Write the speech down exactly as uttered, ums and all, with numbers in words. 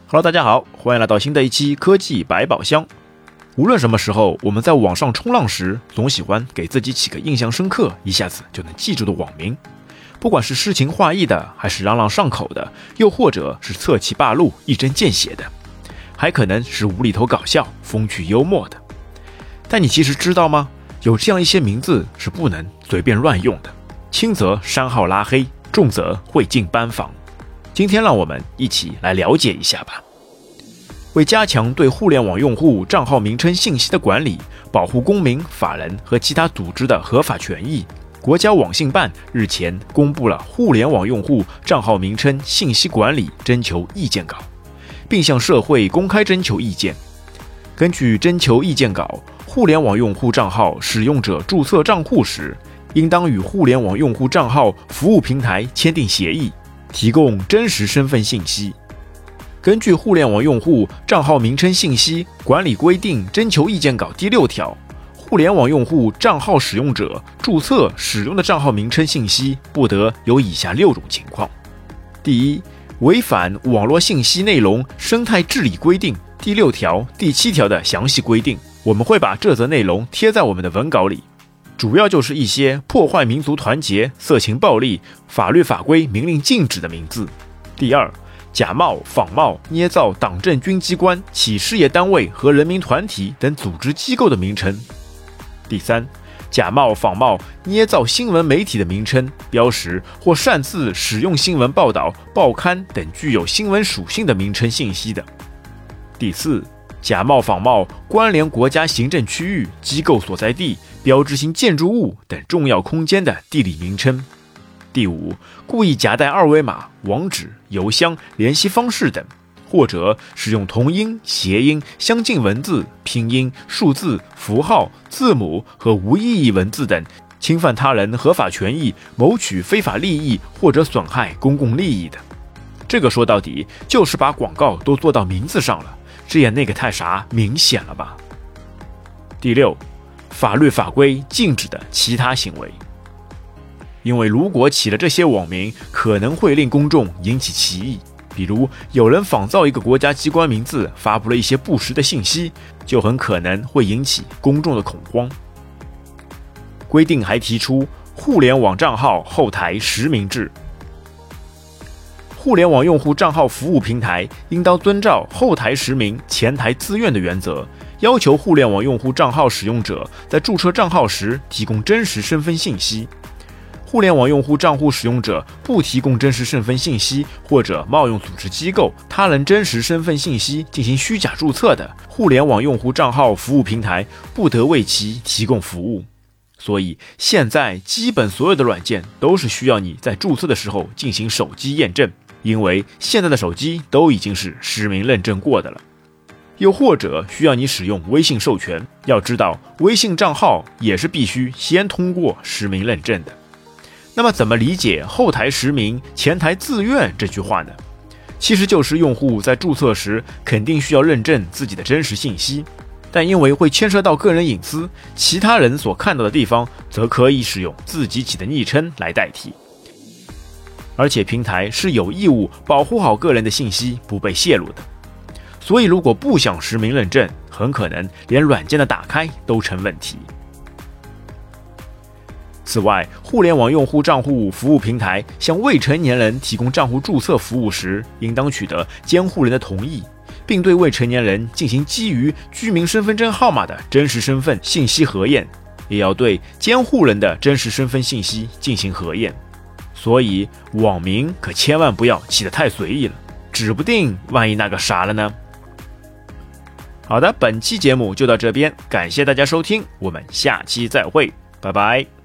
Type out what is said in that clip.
Hello， 大家好，欢迎来到新的一期科技百宝箱。无论什么时候，我们在网上冲浪时，总喜欢给自己起个印象深刻、一下子就能记住的网名。不管是诗情画意的，还是朗朗上口的，又或者是侧骑霸路、一针见血的，还可能是无厘头搞笑、风趣幽默的。但你其实知道吗？有这样一些名字是不能随便乱用的，轻则删号拉黑，重则会进班房。今天让我们一起来了解一下吧。为加强对互联网用户账号名称信息的管理，保护公民、法人和其他组织的合法权益，国家网信办日前公布了《互联网用户账号名称信息管理征求意见稿》，并向社会公开征求意见。根据征求意见稿，互联网用户账号使用者注册账户时，应当与互联网用户账号服务平台签订协议，提供真实身份信息。根据《互联网用户账号名称信息管理规定》征求意见稿第六条，互联网用户账号使用者注册使用的账号名称信息不得有以下六种情况：第一，违反网络信息内容生态治理规定第六条、第七条的详细规定，我们会把这则内容贴在我们的文稿里。主要就是一些破坏民族团结、色情暴力、法律法规明令禁止的名字。第二，假冒、仿冒、捏造党政军机关、企事业单位和人民团体等组织机构的名称。第三，假冒、仿冒、捏造新闻媒体的名称、标识或擅自使用新闻报道、报刊等具有新闻属性的名称信息的。第四，假冒、仿冒关联国家行政区域、机构所在地、标志性建筑物等重要空间的地理名称。第五，故意夹带二维码、网址、邮箱、联系方式等，或者使用同音、谐音、相近文字、拼音、数字、符号、字母和无意义文字等，侵犯他人合法权益，谋取非法利益或者损害公共利益的。这个说到底就是把广告都做到名字上了，这也那个太啥明显了吧。第六，法律法规禁止的其他行为。因为如果起了这些网名，可能会令公众引起歧义，比如有人仿造一个国家机关名字，发布了一些不实的信息，就很可能会引起公众的恐慌。规定还提出互联网账号后台实名制，互联网用户账号服务平台应当遵照后台实名、前台自愿的原则，要求互联网用户账号使用者在注册账号时提供真实身份信息。互联网用户账户使用者不提供真实身份信息，或者冒用组织机构、他人真实身份信息进行虚假注册的，互联网用户账号服务平台不得为其提供服务。所以现在基本所有的软件都是需要你在注册的时候进行手机验证，因为现在的手机都已经是实名认证过的了。又或者需要你使用微信授权，要知道微信账号也是必须先通过实名认证的。那么怎么理解后台实名、前台自愿这句话呢？其实就是用户在注册时肯定需要认证自己的真实信息，但因为会牵涉到个人隐私，其他人所看到的地方则可以使用自己起的昵称来代替。而且平台是有义务保护好个人的信息不被泄露的，所以如果不想实名认证，很可能连软件的打开都成问题。此外，互联网用户账户服务平台向未成年人提供账户注册服务时，应当取得监护人的同意，并对未成年人进行基于居民身份证号码的真实身份信息核验，也要对监护人的真实身份信息进行核验。所以网名可千万不要起得太随意了，指不定万一那个啥了呢。好的，本期节目就到这边，感谢大家收听，我们下期再会，拜拜。